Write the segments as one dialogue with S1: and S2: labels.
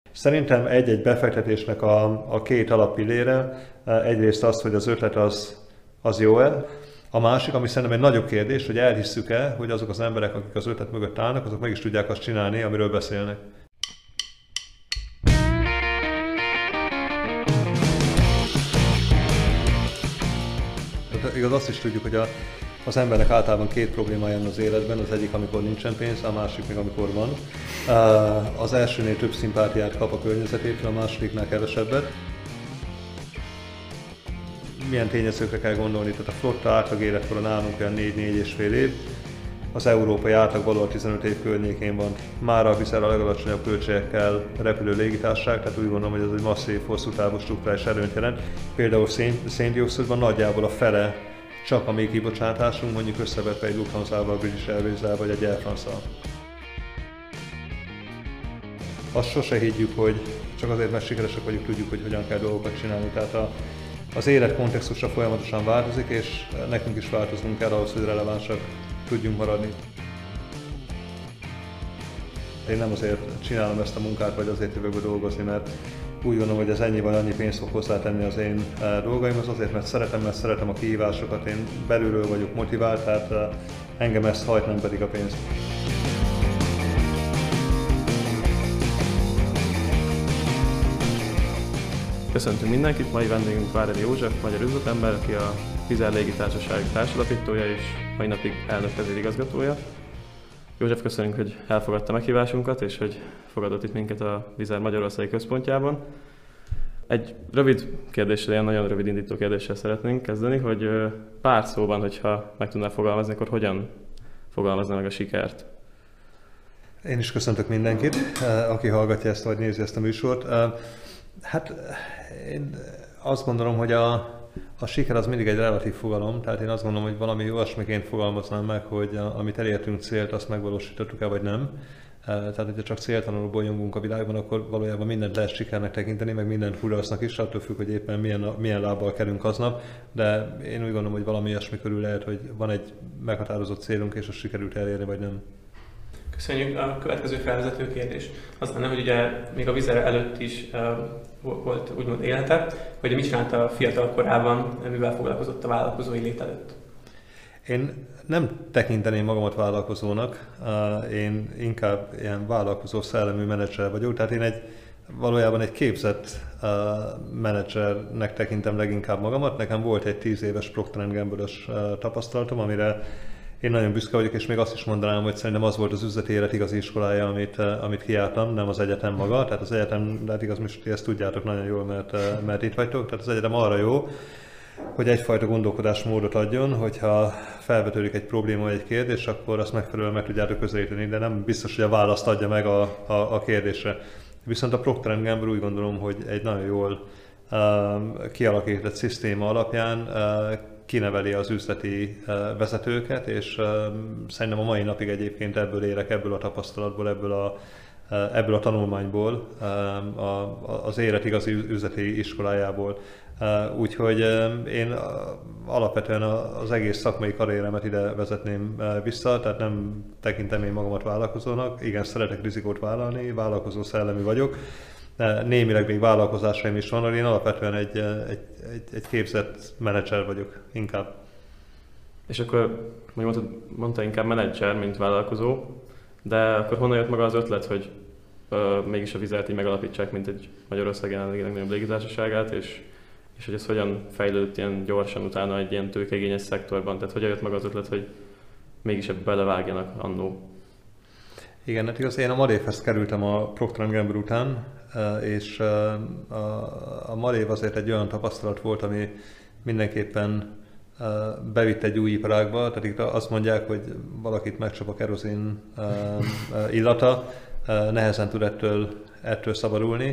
S1: Szerintem egy-egy befektetésnek a két alappillére, egyrészt az, hogy az ötlet az jó-e, a másik, ami szerintem egy nagyobb kérdés, hogy elhisszük-e, hogy azok az emberek, akik az ötlet mögött állnak, azok meg is tudják azt csinálni, amiről beszélnek. Igaz, azt is tudjuk, hogy az embernek általában két problémája van az életben, az egyik, amikor nincsen pénz, a másik meg amikor van. Az elsőnél több szimpátiát kap a környezetétől, a másodiknál kevesebbet. Milyen tényezőkre kell gondolni? Tehát a flotta átlag életkora nálunk olyan 4-4,5 év, az európai átlag valahol 15 év környékén van. Mára viszel a legalacsonyabb költségekkel repülő légitársaság, tehát úgy gondolom, hogy ez egy masszív, hosszú távú strukturális előnyt jelent. Például széndioxidban nagyjából a fele csak a mi kibocsátásunk, mondjuk összevetve egy Lufthansa-val, British Airways-zel vagy egy Air France-szal. Azt sose higgyük, hogy csak azért, mert sikeresek vagyunk, tudjuk, hogy hogyan kell dolgokat csinálni. Tehát az élet kontextusa folyamatosan változik, és nekünk is változnunk kell ahhoz, hogy relevánsak tudjunk maradni. Én nem azért csinálom ezt a munkát, vagy azért jövök be dolgozni, mert úgy gondolom, hogy ez ennyi vagy annyi pénzt fog hozzátenni az én dolgaimhoz, azért, mert szeretem a kihívásokat, én belülről vagyok motivált, tehát engem ezt hajt, nem pedig a pénzt.
S2: Köszöntünk mindenkit, mai vendégünk Váradi József, magyar üzletember, aki a Wizz légitársaság társalapítója és mai napig elnök vezérigazgatója. József, köszönjük, hogy elfogadta meghívásunkat, és hogy fogadott itt minket a Wizz Magyarországi központjában. Egy rövid kérdéssel, ilyen nagyon rövid indító kérdéssel szeretnénk kezdeni, hogy pár szóban, hogyha meg tudnál fogalmazni, akkor hogyan fogalmazna meg a sikert?
S1: Én is köszöntök mindenkit, aki hallgatja ezt, vagy nézi ezt a műsort. Hát én azt gondolom, hogy a siker az mindig egy relatív fogalom, tehát én azt gondolom, hogy valami olyasmiként fogalmaznám meg, hogy amit elértünk célt, azt megvalósítottuk-e vagy nem. Tehát, hogyha csak céltalanul bolyongunk a világban, akkor valójában mindent lehet sikernek tekinteni, meg mindent kudarcnak is, attól függ, hogy éppen milyen lábbal kerünk aznap, de én úgy gondolom, hogy valami ilyesmi körül lehet, hogy van egy meghatározott célunk, és azt sikerült elérni, vagy nem.
S3: Köszönjük. A következő felvezető kérdés az lenne, hogy ugye még a Wizz előtt is volt úgymond élete, hogy mit csinálta a fiatal korában, mivel foglalkozott a vállalkozói lét előtt?
S1: Én nem tekinteném magamat vállalkozónak, én inkább ilyen vállalkozó szellemű menedzser vagyok, tehát én valójában egy képzett menedzsernek tekintem leginkább magamat. Nekem volt egy 10 éves Procter & Gamble-ös tapasztalatom, amire én nagyon büszke vagyok, és még azt is mondanám, hogy szerintem az volt az üzleti élet igazi iskolája, amit kijártam, nem az egyetem maga. Tehát az egyetem, lehet igaz, hogy ezt tudjátok nagyon jól, mert itt vagytok. Tehát az egyetem arra jó, hogy egyfajta gondolkodásmódot adjon, hogyha felvetődik egy probléma vagy egy kérdés, akkor azt megfelelően meg tudjátok közelíteni, de nem biztos, hogy a választ adja meg a kérdésre. Viszont a Procter & Gamble úgy gondolom, hogy egy nagyon jól kialakított szisztéma alapján kineveli az üzleti vezetőket, és szerintem a mai napig egyébként ebből élek, ebből a tapasztalatból, ebből a tanulmányból, az élet igazi üzleti iskolájából. Úgyhogy én alapvetően az egész szakmai karrieremet ide vezetném vissza, tehát nem tekintem én magamat vállalkozónak. Igen, szeretek rizikót vállalni, vállalkozó szellemű vagyok. Némileg még vállalkozásaim is van, én alapvetően egy képzett menedzser vagyok inkább.
S2: És akkor mondta inkább menedzser, mint vállalkozó, de akkor honnan jött maga az ötlet, hogy mégis a Wizz-t így megalapítsák, mint egy Magyarország jelenlegi legnagyobb légitársaságát, és hogy ez hogyan fejlődött ilyen gyorsan utána egy ilyen tőkeigényes szektorban, tehát hogyan jött maga az ötlet, hogy mégis ebbe belevágjanak annó?
S1: Igen, hát igaz, én a Marévhez kerültem a Procter & Gamble után, és a Marév azért egy olyan tapasztalat volt, ami mindenképpen bevitt egy új iparágba, tehát itt azt mondják, hogy valakit megcsap a kerozin illata, nehezen tud ettől szabadulni.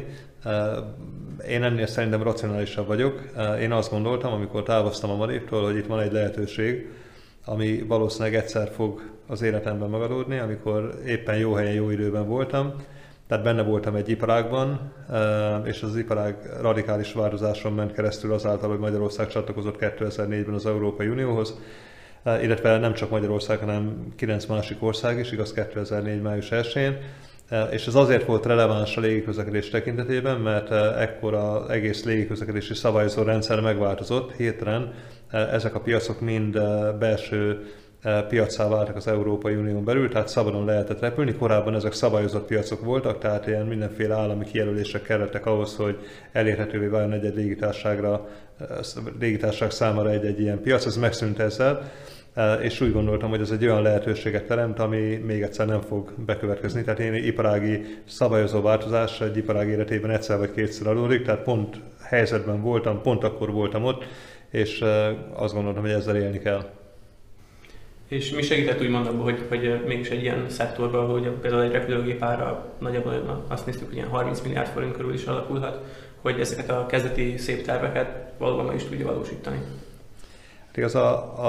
S1: Én ennél szerintem racionálisabb vagyok. Én azt gondoltam, amikor távoztam a Marévtól, hogy itt van egy lehetőség, ami valószínűleg egyszer fog az életemben megadódni, amikor éppen jó helyen, jó időben voltam. Tehát benne voltam egy iparágban, és az iparág radikális változáson ment keresztül azáltal, hogy Magyarország csatlakozott 2004-ben az Európai Unióhoz, illetve nem csak Magyarország, hanem 9 másik ország is, igaz 2004. május 1-én. És ez azért volt releváns a légiközlekedés tekintetében, mert ekkor az egész légiközlekedési szabályozó rendszer megváltozott, hirtelen ezek a piacok mind belső piacá váltak az Európai Unión belül, tehát szabadon lehetett repülni. Korábban ezek szabályozott piacok voltak, tehát ilyen mindenféle állami kijelölések kellettek ahhoz, hogy elérhetővé váljon egy légitársaság számára egy ilyen piac. Ez megszűnt ezzel, és úgy gondoltam, hogy ez egy olyan lehetőséget teremt, ami még egyszer nem fog bekövetkezni. Tehát én iparági szabályozó változás egy iparág életében egyszer vagy kétszer adódik, tehát pont helyzetben voltam, pont akkor voltam ott, és azt gondoltam, hogy ezzel élni kell.
S3: És mi segített úgymond abban, hogy mégis egy ilyen szektorban, hogy például egy repülőgép ára nagyjából azt néztük, hogy ilyen 30 milliárd forint körül is alakulhat, hogy ezeket a kezdeti szép terveket valóban meg is tudja valósítani?
S1: Hát igaz,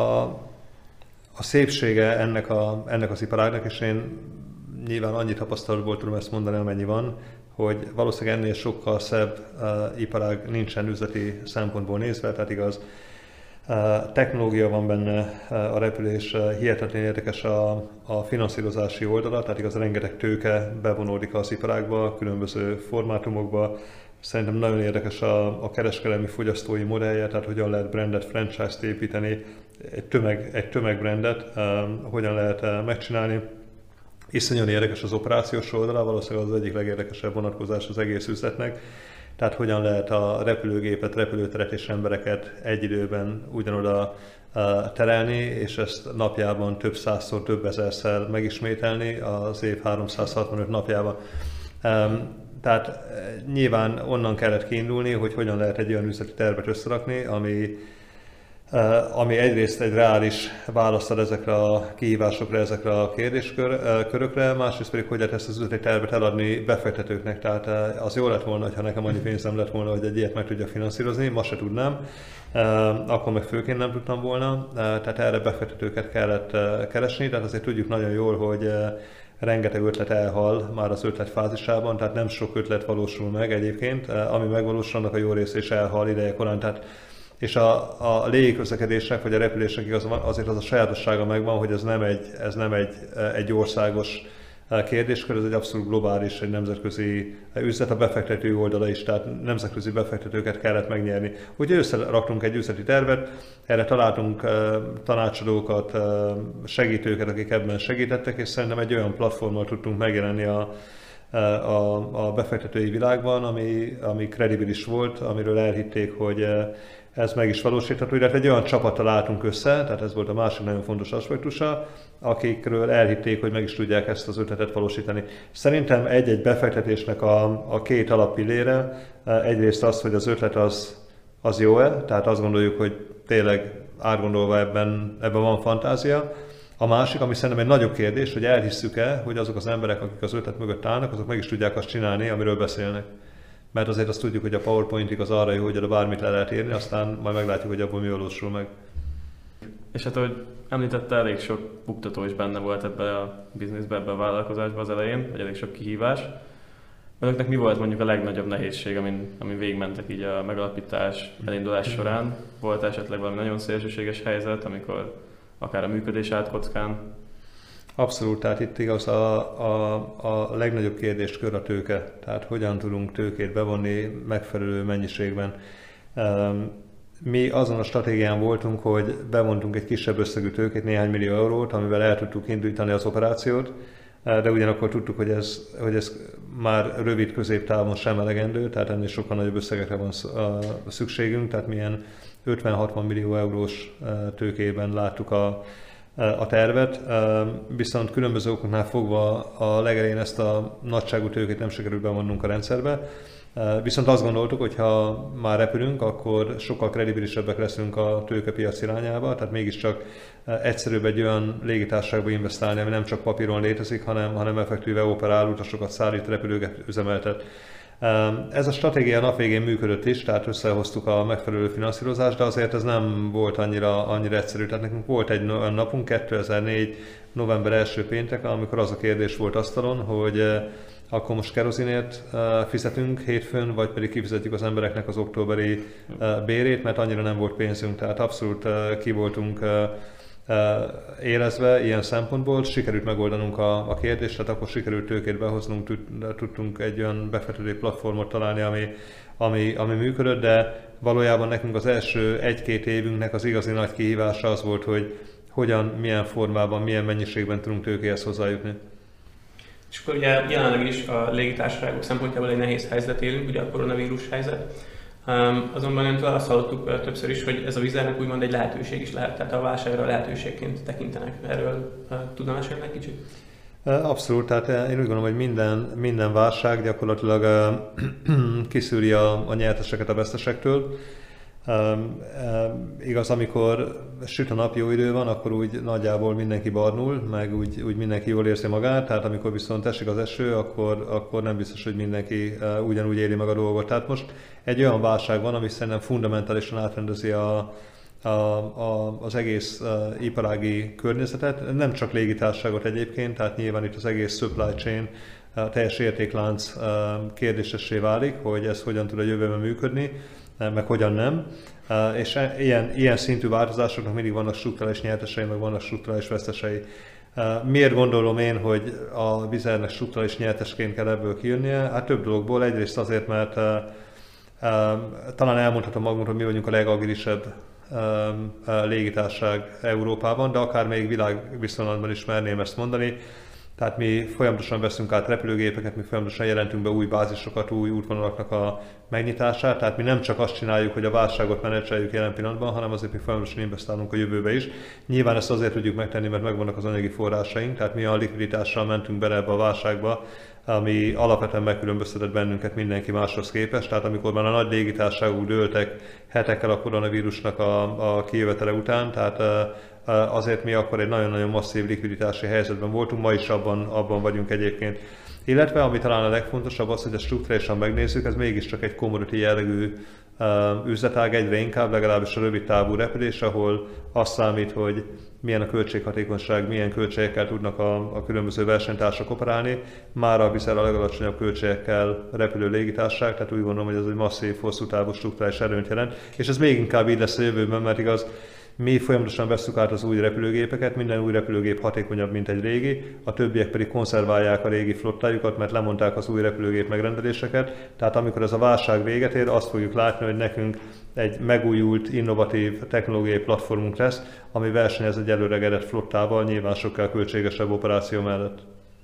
S1: a szépsége ennek az iparágnak, és én nyilván annyi tapasztalatból tudom ezt mondani, amennyi van, hogy valószínűleg ennél sokkal szebb iparág nincsen üzleti szempontból nézve, tehát igaz, technológia van benne, a repülés hihetetlen érdekes a finanszírozási oldala, tehát igaz, rengeteg tőke bevonódik az iparágba, különböző formátumokba. Szerintem nagyon érdekes a kereskedelmi fogyasztói modellje, tehát hogyan lehet brandet, franchise-t építeni, egy tömegbrandet, hogyan lehet megcsinálni. Iszonyúan érdekes az operációs oldala, valószínűleg az egyik legérdekesebb vonatkozás az egész üzletnek. Tehát hogyan lehet a repülőgépet, repülőteret és embereket egy időben ugyanoda terelni, és ezt napjában több százszor, több ezerszer megismételni az év 365 napjában. Tehát nyilván onnan kellett kiindulni, hogy hogyan lehet egy olyan üzleti tervet összerakni, ami egyrészt egy reális választ ad ezekre a kihívásokra, ezekre a kérdéskörökre, másrészt pedig hogy lehet ezt az üzleti tervet eladni befektetőknek. Tehát az jó lett volna, ha nekem annyi pénzem lett volna, hogy egy ilyet meg tudjak finanszírozni, ma se tudnám, akkor meg főként nem tudtam volna, tehát erre befektetőket kellett keresni, tehát azért tudjuk nagyon jól, hogy rengeteg ötlet elhal már az ötlet fázisában, tehát nem sok ötlet valósul meg egyébként, ami megvalósul, annak a jó része is elhal ideje korán. Tehát és a légiközlekedésnek vagy a repülésnek azért az a sajátossága megvan, hogy ez nem egy országos kérdéskör, ez egy abszolút globális, egy nemzetközi üzlet, a befektető oldala is, tehát nemzetközi befektetőket kellett megnyerni. Úgyhogy összeraktunk egy üzleti tervet, erre találtunk tanácsadókat, segítőket, akik ebben segítettek, és szerintem egy olyan platformmal tudtunk megjelenni a befektetői világban, ami kredibilis volt, amiről elhitték, hogy ez meg is valósítható, illetve egy olyan csapattal álltunk össze, tehát ez volt a másik nagyon fontos aspektusa, akikről elhitték, hogy meg is tudják ezt az ötletet valósítani. Szerintem egy-egy befektetésnek a két alappillére, egyrészt az, hogy az ötlet az jó-e, tehát azt gondoljuk, hogy tényleg átgondolva ebben van fantázia. A másik, ami szerintem egy nagyobb kérdés, hogy elhisszük-e, hogy azok az emberek, akik az ötlet mögött állnak, azok meg is tudják azt csinálni, amiről beszélnek. Mert azért azt tudjuk, hogy a PowerPointig az arra jó, hogy oda bármit le lehet írni, aztán majd meglátjuk, hogy abból mi valósul meg.
S2: És hát, ahogy említette, elég sok buktató is benne volt ebben a bizniszben, ebben a vállalkozásban az elején, vagy elég sok kihívás. Önöknek mi volt mondjuk a legnagyobb nehézség, amin végigmentek így a megalapítás, elindulás során? Volt esetleg valami nagyon szélsőséges helyzet, amikor akár a működés állt kockán?
S1: Abszolút, tehát itt igaz a legnagyobb kérdéskör a tőke, tehát hogyan tudunk tőkét bevonni megfelelő mennyiségben. Mi azon a stratégián voltunk, hogy bevontunk egy kisebb összegű tőkét, néhány millió eurót, amivel el tudtuk indítani az operációt, de ugyanakkor tudtuk, hogy ez már rövid középtávon sem elegendő, tehát ennél sokkal nagyobb összegekre van szükségünk, tehát milyen 50-60 millió eurós tőkében láttuk a tervet, viszont különböző okoknál fogva a legelején ezt a nagyságú tőkét nem sikerült bevonnunk a rendszerbe. Viszont azt gondoltuk, hogy ha már repülünk, akkor sokkal kredibilisebbek leszünk a tőkepiac irányába, tehát mégiscsak egyszerűbb egy olyan légitársaságba investálni, ami nem csak papíron létezik, hanem effektíve operál, utasokat szállít, repülőket üzemeltet. Ez a stratégia nap végén működött is, tehát összehoztuk a megfelelő finanszírozást, de azért ez nem volt annyira egyszerű. Tehát nekünk volt egy olyan napunk, 2004. november 1. pénteke, amikor az a kérdés volt asztalon, hogy akkor most kerozinért fizetünk hétfőn, vagy pedig kifizetjük az embereknek az októberi bérét, mert annyira nem volt pénzünk, tehát abszolút ki voltunk érezve ilyen szempontból sikerült megoldanunk a kérdést, tehát akkor sikerült tőkét behoznunk, tudtunk egy olyan befektető platformot találni, ami működött, de valójában nekünk az első 1-2 évünknek az igazi nagy kihívása az volt, hogy hogyan, milyen formában, milyen mennyiségben tudunk tőkéhez hozzájutni.
S3: És akkor ugye jelenleg is a légitársaságok szempontjából egy nehéz helyzet élünk, ugye a koronavírus helyzet. Azonban öntől azt hallottuk többször is, hogy ez a Wizz-nek úgymond egy lehetőség is lehet, tehát a válságra lehetőségként tekintenek. Erről tudna mesélni egy kicsit?
S1: Abszolút, tehát én úgy gondolom, hogy minden válság gyakorlatilag kiszűri a nyerteseket a vesztesektől. Igaz, amikor süt a nap, jó idő van, akkor úgy nagyjából mindenki barnul, meg úgy mindenki jól érzi magát, tehát amikor viszont esik az eső, akkor nem biztos, hogy mindenki ugyanúgy éli meg a dolgot. Tehát most egy olyan válság van, ami szerintem fundamentálisan átrendezi az egész iparági környezetet, nem csak légitársaságot egyébként, tehát nyilván itt az egész supply chain, a teljes értéklánc kérdésessé válik, hogy ez hogyan tud a jövőben működni, meg hogyan nem. És ilyen szintű változásoknak mindig vannak strukturális nyertesei, meg vannak strukturális vesztesei. Miért gondolom én, hogy a Wizz-nek strukturális nyertesként kell ebből kijönnie? Hát több dologból. Egyrészt azért, mert talán elmondhatom magunkról, hogy mi vagyunk a legagilisebb légitársaság Európában, de akár még világviszonylatban is merném ezt mondani. Tehát mi folyamatosan veszünk át repülőgépeket, mi folyamatosan jelentünk be új bázisokat, új útvonalaknak a megnyitását, tehát mi nem csak azt csináljuk, hogy a válságot menedzseljük jelen pillanatban, hanem azért mi folyamatosan investálunk a jövőbe is. Nyilván ezt azért tudjuk megtenni, mert megvannak az anyagi forrásaink, tehát mi a likviditással mentünk bele ebbe a válságba, ami alapvetően megkülönböztetett bennünket mindenki máshoz képest. Tehát amikor már a nagy légitársaságok dőltek hetekkel a koronavírusnak a kijövetele után, tehát azért mi akkor egy nagyon-nagyon masszív likviditási helyzetben voltunk, ma is abban vagyunk egyébként. Illetve ami talán a legfontosabb az, hogy a strukturálisan megnézzük, ez mégiscsak egy commodity jellegű üzletág egyre inkább, legalábbis a rövid távú repülés, ahol azt számít, hogy milyen a költséghatékonyság, milyen költségekkel tudnak a különböző versenytársak operálni. Mára a Wizz a legalacsonyabb költségekkel repülő légitársaság, tehát úgy gondolom, hogy ez egy masszív, hosszú távú strukturális előnyt jelent, és ez még inkább így lesz a jövőben, mert igaz, mi folyamatosan vesszük át az új repülőgépeket, minden új repülőgép hatékonyabb, mint egy régi, a többiek pedig konzerválják a régi flottájukat, mert lemondták az új repülőgép megrendeléseket. Tehát amikor ez a válság véget ér, azt fogjuk látni, hogy nekünk egy megújult, innovatív technológiai platformunk lesz, ami versenyez egy előregedett flottával, nyilván sokkal költségesebb operáció mellett.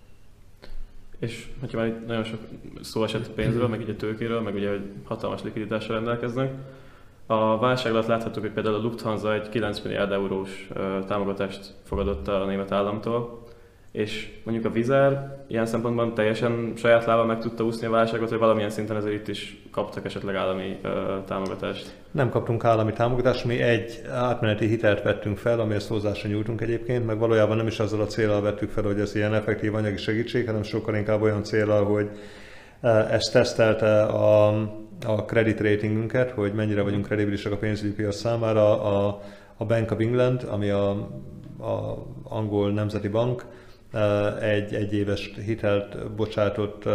S2: És hogyha már nagyon sok szó esett pénzről, meg ugye tőkéről, meg ugye hogy hatalmas likviditással rendelkeznek, a válság alatt láthattuk, hogy például a Lufthansa egy 9 milliárd eurós támogatást fogadott a német államtól, és mondjuk a Wizz ilyen szempontban teljesen saját lábán meg tudta úszni a válságot, vagy valamilyen szinten ezért itt is kaptak esetleg állami támogatást? Nem
S1: kaptunk állami támogatást, mi egy átmeneti hitelt vettünk fel, amihez hozzá sem nyújtunk egyébként, meg valójában nem is azzal a céllal vettük fel, hogy ez ilyen effektív anyagi segítség, hanem sokkal inkább olyan céllal, hogy ezt tesztelte a credit ratingünket, hogy mennyire vagyunk kredibilisek a pénzügyi piac számára. A Bank of England, ami a angol nemzeti bank, egy éves hitelt bocsátott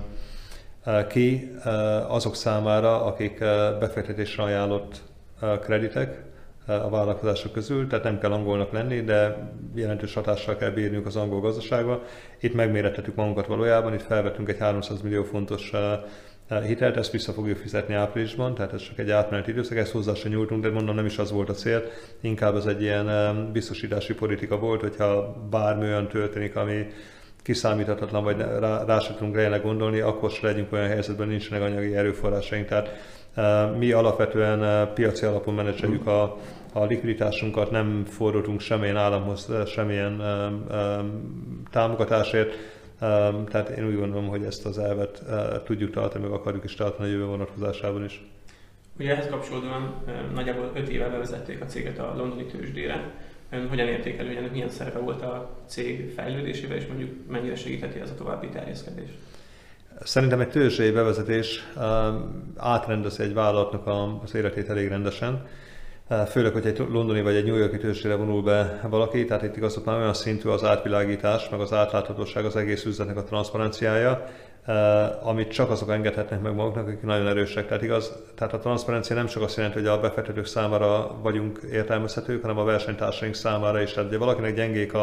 S1: ki azok számára, akik befektetésre ajánlott kreditek a vállalkozások közül, tehát nem kell angolnak lenni, de jelentős hatással kell bírniuk az angol gazdaságba. Itt megmérettettük magunkat valójában, itt felvettünk egy 300 millió fontos hitelt, ezt vissza fogjuk fizetni áprilisban, tehát ez csak egy átmeneti időszak, ezt hozzá sem nyújtunk, de mondom, nem is az volt a cél, inkább ez egy ilyen biztosítási politika volt, hogyha bármi olyan történik, ami kiszámíthatatlan, vagy rá sem tudunk rejelenleg gondolni, akkor se legyünk olyan helyzetben, nincsenek anyagi erőforrásaink. Tehát mi alapvetően piaci alapon menedzseljük a likviditásunkat, nem fordultunk semmilyen államhoz, semmilyen támogatásért. Tehát én úgy gondolom, hogy ezt az elvet tudjuk tartani, meg akarjuk is tartani a jövő vonatkozásában is.
S3: Ugye ehhez kapcsolódóan nagyjából 5 éve bevezették a céget a londoni tőzsdére. Ön hogyan értékelő, hogy ennek milyen szerepe volt a cég fejlődésében, és mondjuk mennyire segítheti ez a további terjeszkedést?
S1: Szerintem egy tőzsdei bevezetés átrendezi egy vállalatnak az életét elég rendesen. főleg, hogy egy londoni vagy egy New Yorki tőzsdére vonul be valaki, tehát itt igazából olyan szintű az átvilágítás, meg az átláthatóság, az egész üzletnek a transzparenciája, amit csak azok engedhetnek meg maguknak, akik nagyon erősek. Tehát a transzparencia nem csak azt jelenti, hogy a befektetők számára vagyunk értelmezhetők, hanem a versenytársaink számára is. Tehát ugye valakinek gyengék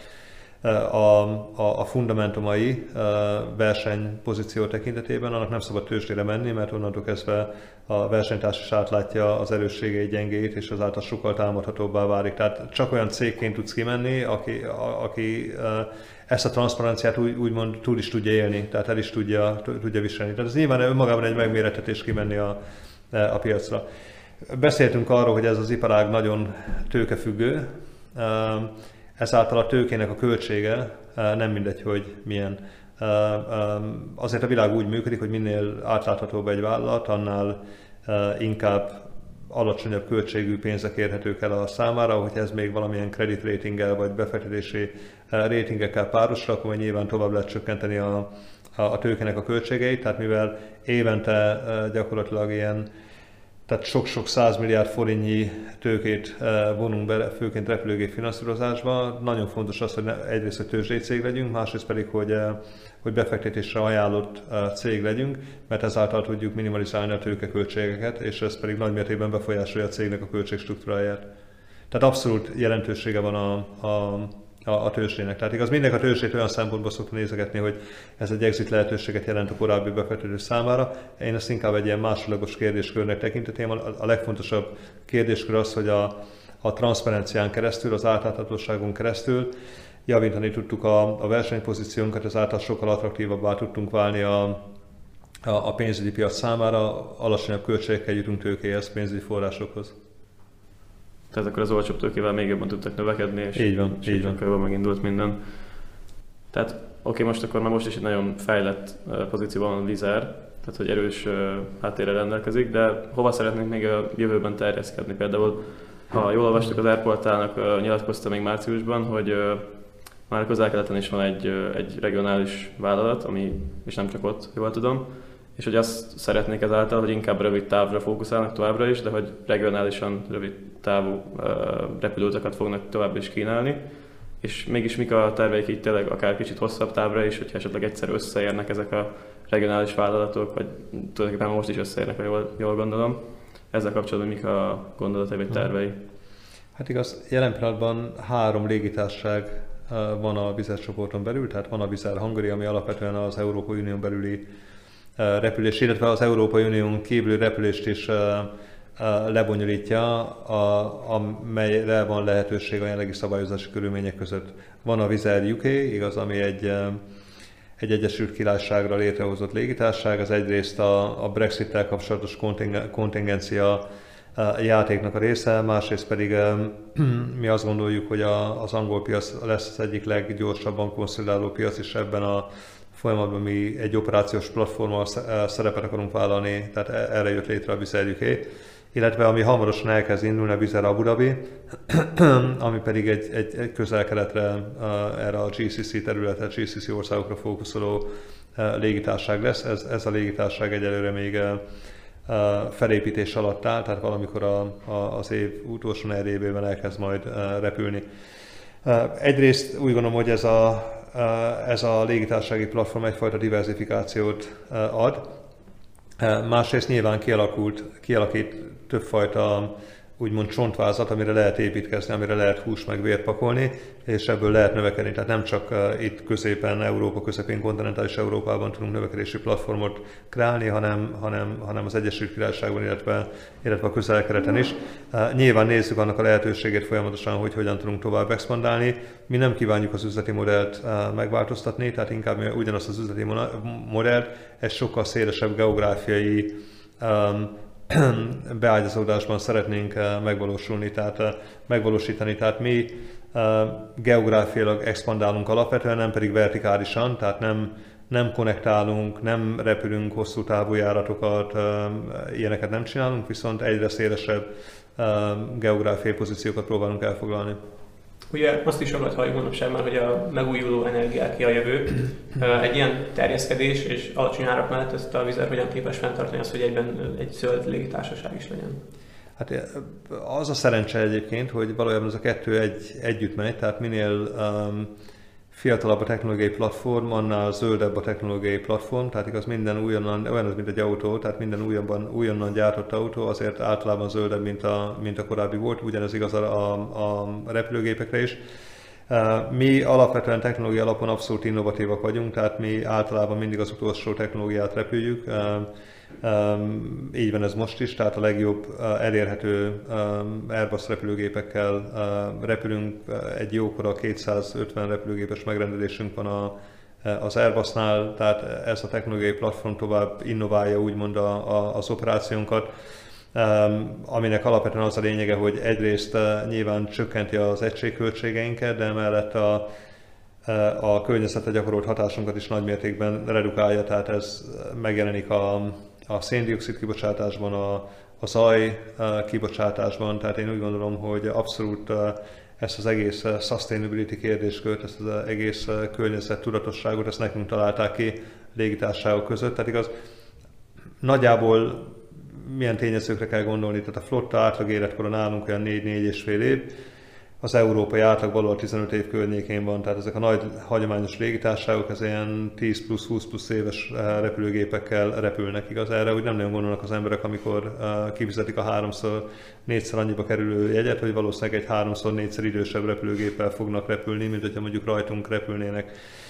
S1: a fundamentumai versenypozíció tekintetében, annak nem szabad tőzsdére menni, mert onnantól kezdve a versenytárs is átlátja az erősségeit, gyengéit, és azáltal sokkal támadhatóbbá válik. Tehát csak olyan cégként tudsz kimenni, aki ezt a transzparenciát úgymond túl is tudja élni, tehát el is tudja viselni. Tehát ez nyilván önmagában egy megmérettetés kimenni a piacra. Beszéltünk arról, hogy ez az iparág nagyon tőkefüggő, ezáltal a tőkének a költsége nem mindegy, hogy milyen. Azért a világ úgy működik, hogy minél átláthatóbb egy vállalat, annál inkább alacsonyabb költségű pénzek érhetők el a számára, hogy ez még valamilyen credit ratinggel vagy befektetési ratingekkel párosra, akkor nyilván tovább lehet csökkenteni a tőkének a költségeit, tehát mivel évente gyakorlatilag tehát sok-sok 100 milliárd forintnyi tőkét vonunk be, főként repülőgép finanszírozásba. Nagyon fontos az, hogy egyrészt, hogy tőzsdei cég legyünk, másrészt pedig, hogy befektetésre ajánlott cég legyünk, mert ezáltal tudjuk minimalizálni a tőkeköltségeket, és ez pedig nagymértékben befolyásolja a cégnek a költségstruktúráját. Tehát abszolút jelentősége van a tőzsdének. Tehát igaz, mindenki a tőzsdét olyan szempontból szokta nézegetni, hogy ez egy exit lehetőséget jelent a korábbi befektető számára. Én ezt inkább egy ilyen másodlagos kérdéskörnek tekintetém. A legfontosabb kérdéskör az, hogy a transzparencián keresztül, az átláthatóságon keresztül javítani tudtuk a versenypozíciónkat, ezáltal sokkal attraktívabbá tudtunk válni a pénzügyi piac számára, alacsonyabb költségekkel jutunk tőkéhez, pénzügyi forrásokhoz.
S2: Tehát akkor az olcsóbb tőkével még jobban tudtak növekedni, és
S1: így van.
S2: jobban megindult minden. Tehát most akkor már most is egy nagyon fejlett pozícióban van a Wizz Air, tehát hogy erős háttérrel rendelkezik, de hova szeretnénk még a jövőben terjeszkedni? Például, ha jól olvastuk, az Airportálnak nyilatkozta még márciusban, hogy már Közel-Keleten is van egy regionális vállalat, és nem csak ott, jól tudom, és hogy azt szeretnék ezáltal, hogy inkább rövid távra fókuszálnak továbbra is, de hogy regionálisan rövid távú repülőutakat fognak tovább is kínálni. És mégis mik a terveik így tényleg akár kicsit hosszabb távra is, hogyha esetleg egyszer összeérnek ezek a regionális vállalatok, vagy tulajdonképpen most is összeérnek, ha jól gondolom. Ezzel kapcsolatban mik a gondolatai vagy tervei?
S1: Hát igaz, jelen pillanatban 3 légitársaság van a Wizz Air csoporton belül, tehát van a Wizz Air Hungary, ami alapvetően az Európai Unión belüli repülés, illetve az Európai Unión kívüli repülést is lebonyolítja, amelyre van lehetőség a jelenlegi szabályozási körülmények között. Van a Wizz Air UK, igaz, ami egy Egyesült Királyságra létrehozott légitársaság, az egyrészt a Brexit-tel kapcsolatos kontingencia játéknak a része, másrészt pedig mi azt gondoljuk, hogy az angol piac lesz az egyik leggyorsabban konszolidáló piac, és ebben a folyamatban mi egy operációs platformmal szerepet akarunk vállalni, tehát erre jött létre a Wizz Air UK, illetve ami hamarosan elkezd indulni a Wizz Air Abu Dhabi, ami pedig egy Közel-Keletre, erre a GCC területre, GCC országokra fókuszoló légitársaság lesz. Ez a légitársaság egyelőre még felépítés alatt áll, tehát valamikor az év utolsó negyedévében elkezd majd repülni. Egyrészt úgy gondolom, hogy ez a légitársasági platform egyfajta diversifikációt ad, másrészt nyilván kialakít többfajta úgymond csontvázat, amire lehet építkezni, amire lehet hús meg vért pakolni, és ebből lehet növekedni. Tehát nem csak itt középen, Európa közepén, kontinentális Európában tudunk növekedési platformot kreálni, hanem az Egyesült Királyságban, illetve a Közel-Keleten is. Nyilván nézzük annak a lehetőségét folyamatosan, hogy hogyan tudunk tovább expandálni. Mi nem kívánjuk az üzleti modellt megváltoztatni, tehát inkább ugyanazt az üzleti modellt egy sokkal szélesebb geográfiai beágyazódásban szeretnénk megvalósítani. Tehát mi geográfiailag expandálunk alapvetően, nem pedig vertikálisan, tehát nem konnektálunk, nem repülünk hosszú távú járatokat, ilyeneket nem csinálunk, viszont egyre szélesebb geográfiai pozíciókat próbálunk elfoglalni.
S3: Ugye azt is sokat halljuk manapság már, hogy a megújuló energiáké a jövő. Egy ilyen terjeszkedés és alacsony árak mellett ezt a Wizz Air hogyan képes fenntartani azt, hogy egyben egy zöld légitársaság is legyen?
S1: Hát az a szerencse egyébként, hogy valójában ez a kettő együtt megy, tehát minél fiatalabb a technológiai platform, annál zöldebb a technológiai platform, tehát igaz minden újonnan, olyan az, mint egy autó, tehát minden újonnan gyártott autó azért általában zöldebb, mint a korábbi volt, ugyanez igaz a repülőgépekre is. Mi alapvetően technológia alapon abszolút innovatívak vagyunk, tehát mi általában mindig az utolsó technológiát repüljük. Így van ez most is, tehát a legjobb elérhető Airbus repülőgépekkel repülünk. Egy jókora 250 repülőgépes megrendelésünk van az Airbusnál, tehát ez a technológiai platform tovább innoválja úgymond az operációnkat, aminek alapvetően az a lényege, hogy egyrészt nyilván csökkenti az egységköltségeinket, de emellett a környezetre gyakorolt hatásunkat is nagymértékben redukálja, tehát ez megjelenik a szén-dioxid kibocsátásban, a zaj kibocsátásban, tehát én úgy gondolom, hogy abszolút ezt az egész sustainability kérdéskört, ezt az egész környezet tudatosságot, ezt nekünk találták ki légitársaságok között, tehát igaz, nagyjából milyen tényezőkre kell gondolni, tehát a flotta átlag életkora nálunk olyan 4-4,5 év, az európai átlag valahol 15 év környékén van, tehát ezek a nagy hagyományos légitársaságok, ez ilyen 10 plusz, 20 plusz éves repülőgépekkel repülnek, igaz? Erre úgy nem nagyon gondolnak az emberek, amikor kifizetik a 3-4-szer annyiba kerülő jegyet, hogy valószínűleg egy 3-4-szer idősebb repülőgéppel fognak repülni, mint hogyha mondjuk rajtunk repülnének.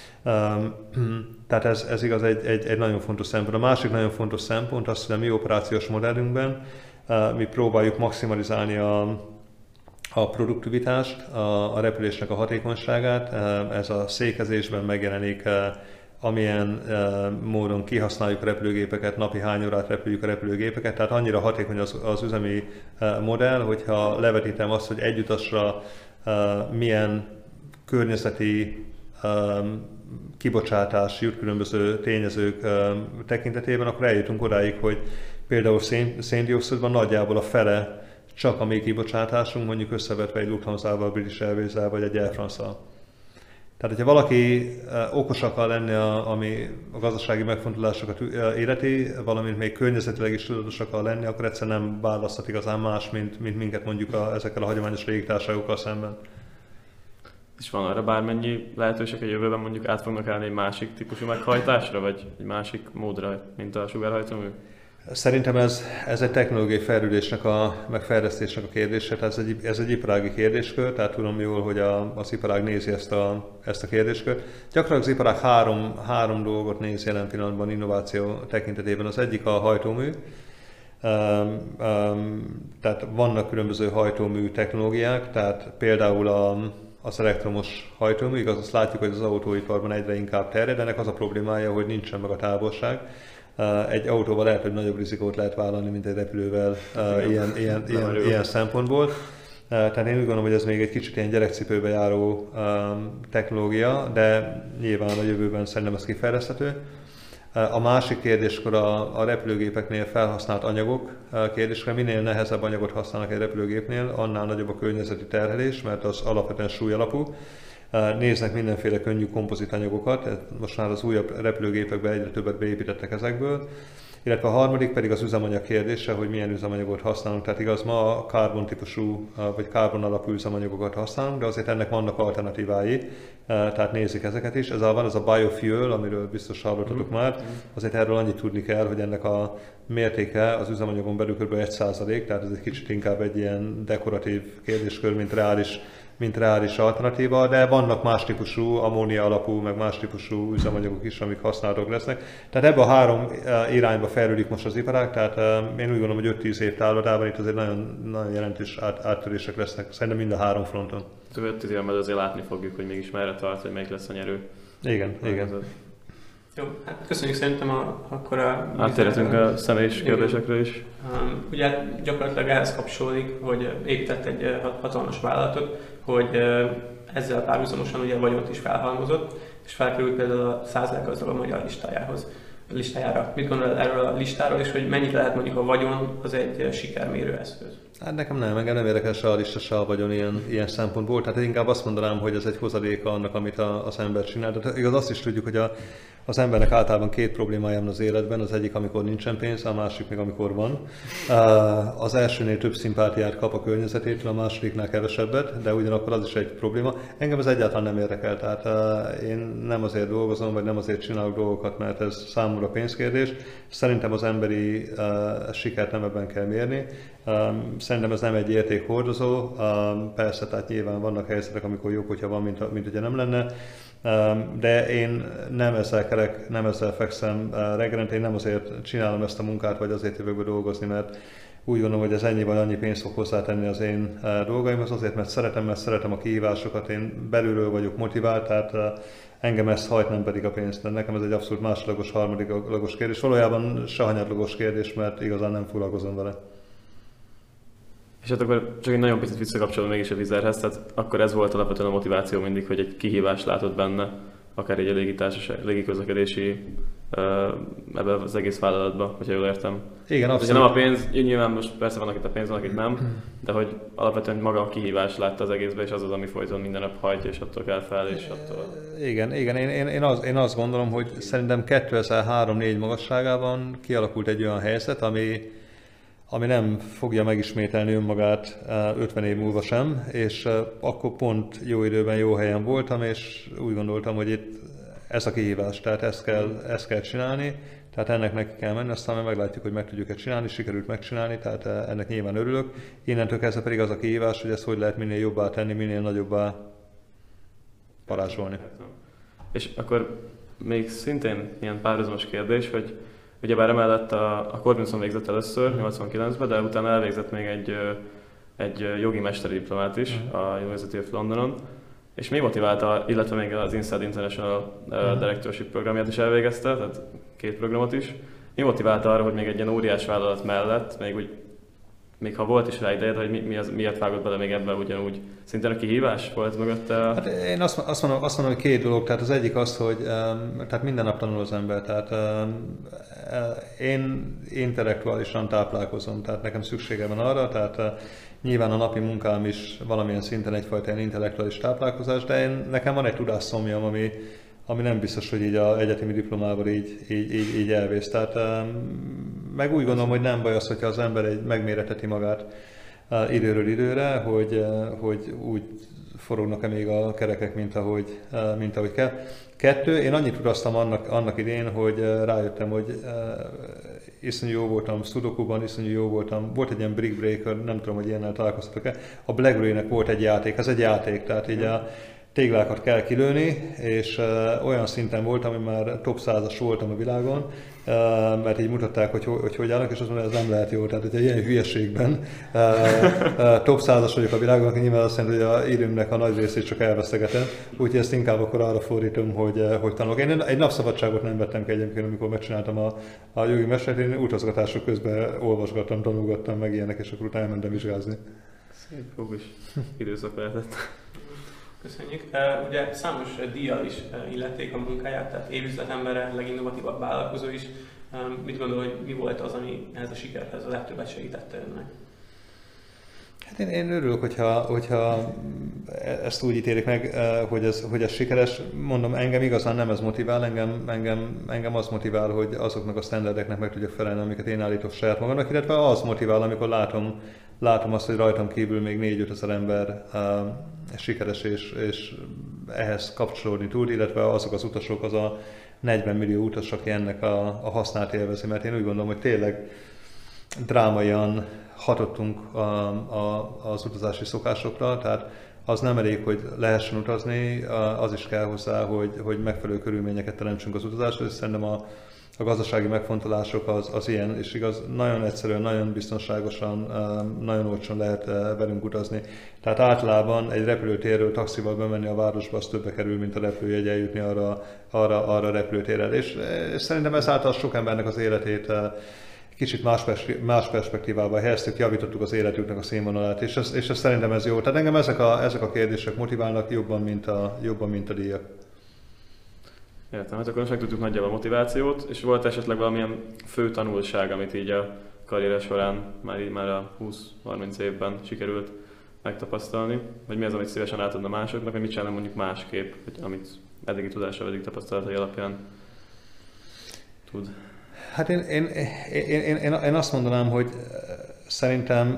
S1: Tehát ez igaz egy nagyon fontos szempont. A másik nagyon fontos szempont az, hogy a mi operációs modellünkben mi próbáljuk maximalizálni a produktivitást, a repülésnek a hatékonyságát. Ez a székezésben megjelenik, amilyen módon kihasználjuk a repülőgépeket, napi hány órát repüljük a repülőgépeket. Tehát annyira hatékony az üzemi modell, hogyha levetítem azt, hogy egy utasra milyen környezeti kibocsátás jut különböző tényezők tekintetében, akkor eljutunk odáig, hogy például szén-dioxidban nagyjából a fele csak a mi kibocsátásunk, mondjuk összevetve egy Lufthansa-val, British Airways-zel vagy egy Air France-szal. Tehát, hogyha valaki okos akar lenni, ami a gazdasági megfontolásokat életi, valamint még környezetileg is tudatos akar lenni, akkor egyszerűen nem választhat igazán más, mint minket mondjuk ezekkel a hagyományos légitársaságokkal szemben.
S2: És van arra bármennyi lehetőség, hogy jövőben mondjuk át fognak állni egy másik típusú meghajtásra, vagy egy másik módra, mint a sugárhajtómű? Szerintem
S1: ez egy technológiai fejlődésnek, meg fejlesztésnek a kérdése, tehát ez egy iparági kérdéskör, tehát tudom jól, hogy az iparág nézi ezt a kérdéskört. Gyakran az iparág három dolgot néz jelen pillanatban innováció tekintetében. Az egyik a hajtómű, tehát vannak különböző hajtómű technológiák, tehát például az elektromos hajtómű, igaz, azt látjuk, hogy az autóiparban egyre inkább terjed, ennek az a problémája, hogy nincsen meg a távolság. Egy autóval lehet, hogy nagyobb rizikót lehet vállalni, mint egy repülővel ilyen szempontból. Tehát én úgy gondolom, hogy ez még egy kicsit ilyen gyerekcipőbe járó technológia, de nyilván a jövőben szerintem ez kifejleszthető. A másik kérdéskor a repülőgépeknél felhasznált anyagok kérdéskor. Minél nehezebb anyagot használnak egy repülőgépnél, annál nagyobb a környezeti terhelés, mert az alapvetően súlyalapú. Néznek mindenféle könnyű kompozitanyagokat, most már az újabb repülőgépekben egyre többet beépítettek ezekből. Illetve a harmadik pedig az üzemanyag kérdése, hogy milyen üzemanyagot használunk. Tehát igaz, ma a karbon típusú vagy karbon alapú üzemanyagokat használunk, de azért ennek vannak alternatívái, tehát nézik ezeket is. Van ez a biofuel, amiről biztos hallottatok már. Azért erről annyit tudni kell, hogy ennek a mértéke az üzemanyagon belül kb. 1%, tehát ez egy kicsit inkább egy ilyen dekoratív kérdéskör, mint reális alternatíva, de vannak más típusú, ammónia alapú, meg más típusú üzemanyagok is, amik használhatók lesznek. Tehát ebbe a három irányba fejlődik most az iparág, tehát én úgy gondolom, hogy 5-10 év távlatában itt azért nagyon, nagyon jelentős áttörések lesznek, szerintem mind a három fronton.
S2: 5-10 évben azért látni fogjuk, hogy mégis merre tart, hogy melyik lesz a nyerő.
S1: Igen.
S3: Jó, hát köszönjük szerintem akkor a...
S2: Áttérhetünk a személyes kérdésekre is.
S3: Ugye gyakorlatilag ehhez kapcsolódik, hogy épített egy hatalmas vállalatot, hogy ezzel párhuzamosan ugye vagyont is felhalmozott, és felkerült például a 100 leggazdagabb magyar listájára. Mit gondol erről a listáról, és hogy mennyit lehet mondjuk a vagyon az egy sikermérő eszköz?
S1: Hát engem nem érdekel se a lista, se a vagyon ilyen szempontból, tehát inkább azt mondanám, hogy ez egy hozadéka annak, amit az ember csinál. Tehát igaz, azt is tudjuk, hogy Az embernek általában két problémája van az életben, az egyik, amikor nincsen pénz, a másik meg amikor van. Az elsőnél több szimpátiát kap a környezetétől, a másodiknál kevesebbet, de ugyanakkor az is egy probléma. Engem ez egyáltalán nem érdekel, tehát én nem azért dolgozom, vagy nem azért csinálok dolgokat, mert ez számomra pénzkérdés. Szerintem az emberi sikert nem ebben kell mérni. Szerintem ez nem egy értékhordozó. Persze, tehát nyilván vannak helyzetek, amikor jobb, hogyha van, mint hogyha nem lenne. De én nem ezzel kerek, nem ezzel fekszem reggelente, én nem azért csinálom ezt a munkát, vagy azért jövök be dolgozni, mert úgy gondolom, hogy ez ennyi vagy annyi pénzt fog hozzátenni az én dolgaimhoz, azért, mert szeretem a kihívásokat, én belülről vagyok motivált, tehát engem ezt hajt, nem pedig a pénzt. Nekem ez egy abszolút másodlagos, harmadikos kérdés. Valójában se hanyadlagos kérdés, mert igazán nem foglalkozom vele.
S2: És hát akkor csak egy nagyon picit visszakapcsolom mégis a Vizerhez, tehát akkor ez volt alapvetően a motiváció mindig, hogy egy kihívást látott benne, akár egy légiközlekedési ebben az egész vállalatban, hogyha jól értem.
S1: Igen, abszolút.
S2: Nem a pénz, nyilván most persze vannak itt a pénz, vannak itt nem, de hogy alapvetően maga a kihívást látta az egészben, és az az, ami folyton minden nap hajtja, és attól kell fel, és attól...
S1: Igen, én azt gondolom, hogy szerintem 2003-4 magasságában kialakult egy olyan helyzet, ami nem fogja megismételni önmagát 50 év múlva sem, és akkor pont jó időben, jó helyen voltam, és úgy gondoltam, hogy itt ez a kihívás, tehát ezt kell csinálni, tehát ennek neki kell menni, aztán meglátjuk, hogy meg tudjuk-e csinálni, sikerült megcsinálni, tehát ennek nyilván örülök. Innentől kezdve pedig az a kihívás, hogy ezt hogy lehet minél jobbá tenni, minél nagyobbá varázsolni.
S2: És akkor még szintén ilyen párhuzamos kérdés, hogy ugyebár emellett a Corvinson végzett először, 89-ben, de utána elvégzett még egy jogi mesteri diplomát is a University of Londonon. És mi motiválta, illetve még az Inside International Directorship programját is elvégezte, tehát 2 programot is. Mi motiválta arra, hogy még egy ilyen óriás vállalat mellett, még ha volt is rá idejed, hogy miért vágott bele még ebben ugyanúgy? Szintén a kihívás volt mögötte? Hát
S1: én azt mondom, hogy 2 dolog. Tehát az egyik az, hogy tehát minden nap tanul az ember. Tehát én intellektuálisan táplálkozom, tehát nekem szükségem van arra, tehát nyilván a napi munkám is valamilyen szinten egyfajta ilyen intellektuális táplálkozás, de nekem van egy tudásszomjam, ami nem biztos, hogy így az egyetemi diplomával így elvész. Tehát meg úgy gondolom, hogy nem baj az, hogyha az ember megméreteti magát időről időre, hogy úgy forognak-e még a kerekek, mint ahogy kell. 2, én annyit tudasztam annak idén, hogy rájöttem, hogy iszonyú jó voltam Sudokuban, iszonyú jó voltam. Volt egy ilyen Brick Breaker, nem tudom, hogy ilyennel találkoztatok-e. A BlackBerry-nek volt egy játék, ez egy játék, tehát így a téglákat kell kilőni, és olyan szinten voltam, hogy már top 100-as voltam a világon, mert így mutatták, hogy állnak, és azt mondom, hogy ez nem lehet jó. Tehát, hogyha ilyen hülyeségben top 100-as vagyok a világon, akkor nyilván azt jelenti, hogy a időmnek a nagy részét csak elvesztegetem. Úgyhogy ezt inkább akkor arra fordítom, hogy tanulok. Én egy napszabadságot nem vettem ki egyébként, amikor megcsináltam a jogi mestert, én utazgatások közben olvasgattam, tanulgattam meg ilyenek, és akkor utána elmentem vizsgázni.
S2: Szép, fogos időszak lehetett.
S3: Köszönjük. Ugye számos díjjal is illették a munkáját, tehát évüzletemberre, leginnovatívabb vállalkozó is. Mit gondol, hogy mi volt az, ami ehhez a sikerhez a legtöbbet segítette önnek?
S1: Hát én örülök, hogyha ezt úgy ítélik meg, hogy ez sikeres. Mondom, engem igazán nem ez motivál, engem az motivál, hogy azoknak a standardeknek meg tudjak felelni, amiket én állítok saját magamnak, illetve az motivál, amikor látom azt, hogy rajtam kívül még 4-5 ezer ember sikeres és ehhez kapcsolódni tud, illetve azok az utasok, az a 40 millió utas, aki ennek a hasznát élvezi, mert én úgy gondolom, hogy tényleg drámaian hatottunk az utazási szokásokra, tehát az nem elég, hogy lehessen utazni, az is kell hozzá, hogy megfelelő körülményeket teremtsünk az utazásra, és szerintem a gazdasági megfontolások az ilyen, és igaz, nagyon egyszerűen, nagyon biztonságosan, nagyon olcsón lehet velünk utazni. Tehát általában egy repülőtérről taxival bemenni a városba, az többe kerül, mint a repülőjegy eljutni arra a repülőtérrel. És szerintem ezáltal sok embernek az életét kicsit más perspektívába helyeztük, javítottuk az életüknek a színvonalát, és ez szerintem ez jó. Tehát engem ezek a kérdések motiválnak jobban, mint a díjak.
S2: Értem, hát akkor most megtudtuk nagyjából a motivációt, és volt esetleg valamilyen fő tanulság, amit így a karriere során már a 20-30 évben sikerült megtapasztalni? Vagy mi az, amit szívesen átadna másoknak, vagy mit csinálna mondjuk másképp, amit eddigi tudással, eddigi tapasztalatai alapján tud?
S1: Hát én azt mondanám, hogy szerintem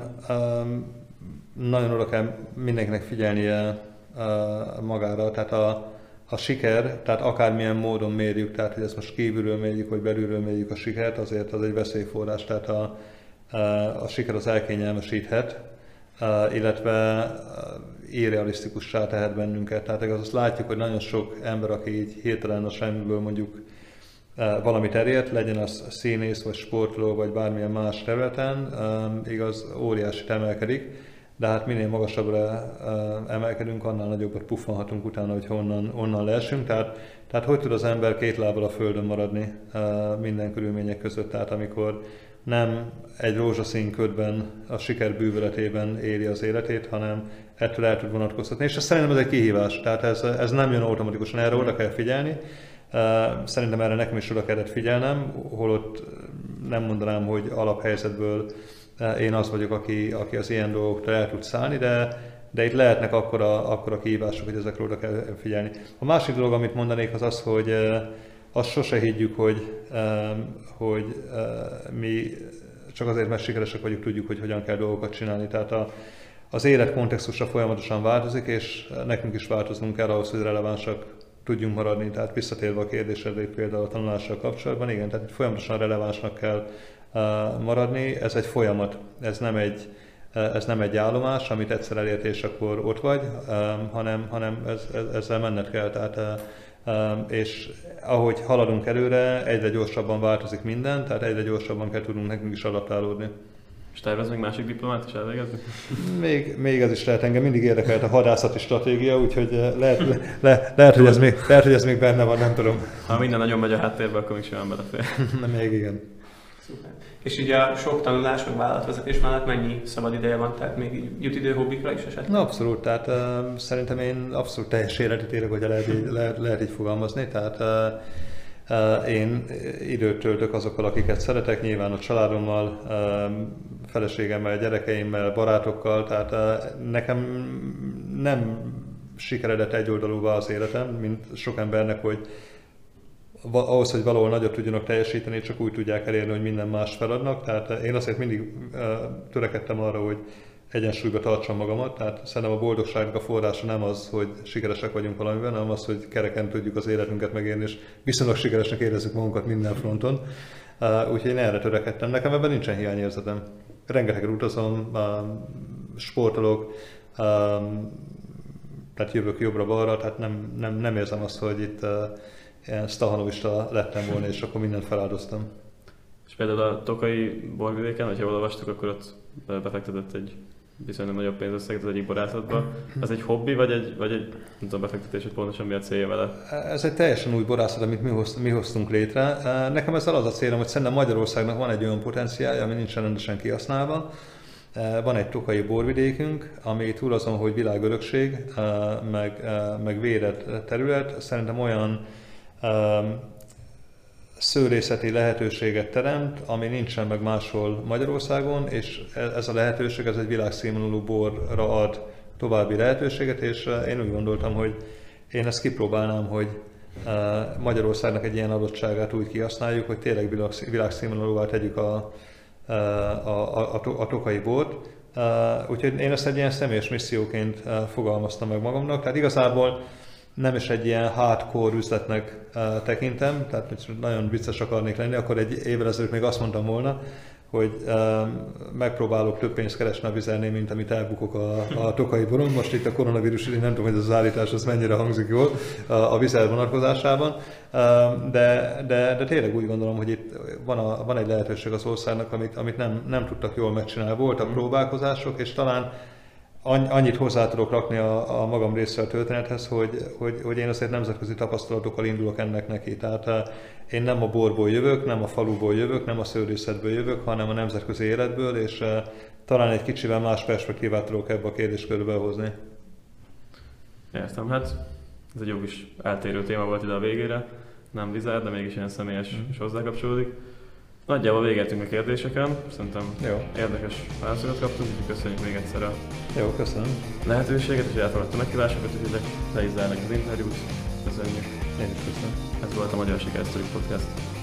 S1: nagyon oda kell mindenkinek figyelnie magára, tehát a siker, tehát akármilyen módon mérjük, tehát hogy ezt most kívülről mérjük, vagy belülről mérjük a sikert, azért az egy veszélyforrás, tehát a siker az elkényelmesíthet, illetve irrealisztikussá tehet bennünket. Tehát azt látjuk, hogy nagyon sok ember, aki így hirtelen a semmiből mondjuk valamit elért, legyen az színész, vagy sportoló, vagy bármilyen más területen, igaz, óriásit emelkedik, de hát minél magasabbra emelkedünk, annál nagyobbat puffanhatunk utána, hogy onnan leesünk. Tehát hogy tud az ember két lábbal a földön maradni minden körülmények között, tehát amikor nem egy rózsaszín ködben, a siker bűvöletében éli az életét, hanem ettől el tud vonatkoztatni. És szerintem ez egy kihívás, tehát ez nem jön automatikusan, erre oda kell figyelni. Szerintem erre nekem is oda kellett figyelnem, holott nem mondanám, hogy alaphelyzetből én az vagyok, aki az ilyen dolgoktól el tud szállni, de itt lehetnek akkora kihívások, hogy ezekről oda kell figyelni. A másik dolog, amit mondanék, az az, hogy azt sose higgyük, hogy mi csak azért, mert sikeresek vagyunk, tudjuk, hogy hogyan kell dolgokat csinálni. Tehát az élet kontextusa folyamatosan változik, és nekünk is változnunk kell ahhoz, hogy relevánsak tudjunk maradni. Tehát visszatérve a kérdésedre, például a tanulással kapcsolatban, igen, tehát folyamatosan relevánsnak kell maradni. Ez egy folyamat, ez nem egy állomás, amit egyszer elért, és akkor ott vagy, hanem ezzel menned kell. Tehát, és ahogy haladunk előre, egyre gyorsabban változik minden, tehát egyre gyarsabban kell tudnunk nekünk is adaptálódni.
S2: És tervez még másik diplomát is elvégezni?
S1: Még ez is lehet, engem mindig érdekelt a hadászati stratégia, úgyhogy lehet, hogy ez még benne van, nem tudom.
S2: Ha minden nagyon megy a háttérbe, akkor még simán belefér.
S1: Még igen.
S3: Szuper. És így a sok tanulás, meg vállalatvezetés mellett mennyi szabad ideje van, tehát még jut idő hobbikra is esetleg?
S1: Na abszolút, tehát szerintem én abszolút teljes életet élek, hogy lehet így fogalmazni, tehát én időt töltök azokkal, akiket szeretek, nyilván a családommal, feleségemmel, gyerekeimmel, barátokkal, tehát nekem nem sikeredett egyoldalúvá az életem, mint sok embernek, hogy ahhoz, hogy valahol nagyot tudjanak teljesíteni, csak úgy tudják elérni, hogy minden más feladnak. Tehát én azért mindig törekedtem arra, hogy egyensúlyba tartsam magamat. Tehát szerintem a boldogságnak a forrása nem az, hogy sikeresek vagyunk valamiben, hanem az, hogy kereken tudjuk az életünket megélni, és viszonylag sikeresnek érezzük magunkat minden fronton. Úgyhogy én erre törekedtem. Nekem ebben nincsen hiányérzetem. Rengeteget utazom, sportolok, tehát jövök jobbra-balra, tehát nem érzem azt, hogy itt ilyen stahanovista lettem volna, és akkor mindent feláldoztam.
S2: És például a tokai borvidéken, hogyha olvastuk, akkor ott befektetett egy viszonylag nagyobb pénzösszeget az egyik barátodba. Ez egy hobbi, vagy egy nem tudom, befektetés, hogy pontosan mi a célja vele? Ez
S1: egy teljesen új borászat, amit mi hoztunk létre. Nekem ezzel az a célom, hogy szerintem Magyarországnak van egy olyan potenciálja, ami nincsen rendesen kihasználva. Van egy tokai borvidékünk, ami túl azon, hogy világörökség, meg védett terület, szerintem olyan szőlészeti lehetőséget teremt, ami nincsen meg máshol Magyarországon, és ez a lehetőség, ez egy világszínvonalú borra ad további lehetőséget, és én úgy gondoltam, hogy én ezt kipróbálnám, hogy Magyarországnak egy ilyen adottságát úgy kihasználjuk, hogy tényleg világszínvonalúvá tegyük a tokai bort. Úgyhogy én ezt egy ilyen személyes misszióként fogalmaztam meg magamnak, tehát igazából nem is egy ilyen hardcore üzletnek tekintem, tehát nagyon vicces akarnék lenni, akkor egy évvel ezelőtt még azt mondtam volna, hogy megpróbálok több pénzt keresni a Vizernél, mint amit elbukok a tokai boron. Most itt a koronavírus idején nem tudom, hogy az állítás az mennyire hangzik jól a Vizer vonatkozásában, de tényleg úgy gondolom, hogy itt van egy lehetőség az országnak, amit nem tudtak jól megcsinálni. Voltak próbálkozások, és talán annyit hozzá tudok rakni a magam részéről a történethez, hogy én azért nemzetközi tapasztalatokkal indulok ennek neki. Tehát én nem a borból jövök, nem a faluból jövök, nem a szőlészetből jövök, hanem a nemzetközi életből, és talán egy kicsivel más perspektívát tudok ebbe a kérdéskörbe hozni.
S2: Értem, hát ez egy jó kis eltérő téma volt ide a végére. Nem Vizer, de mégis ilyen személyes és hozzákapcsolódik. Nagyjából végeztünk a kérdéseken, szerintem jó. Érdekes válaszokat kaptunk, úgyhogy köszönjük még egyszer a lehetőséget, és elfogadta meghívásokat, úgyhogy le is zárnak az interjút. Köszönjük.
S1: Én is köszönöm.
S2: Ez volt a Magyar Sikersztorik Podcast.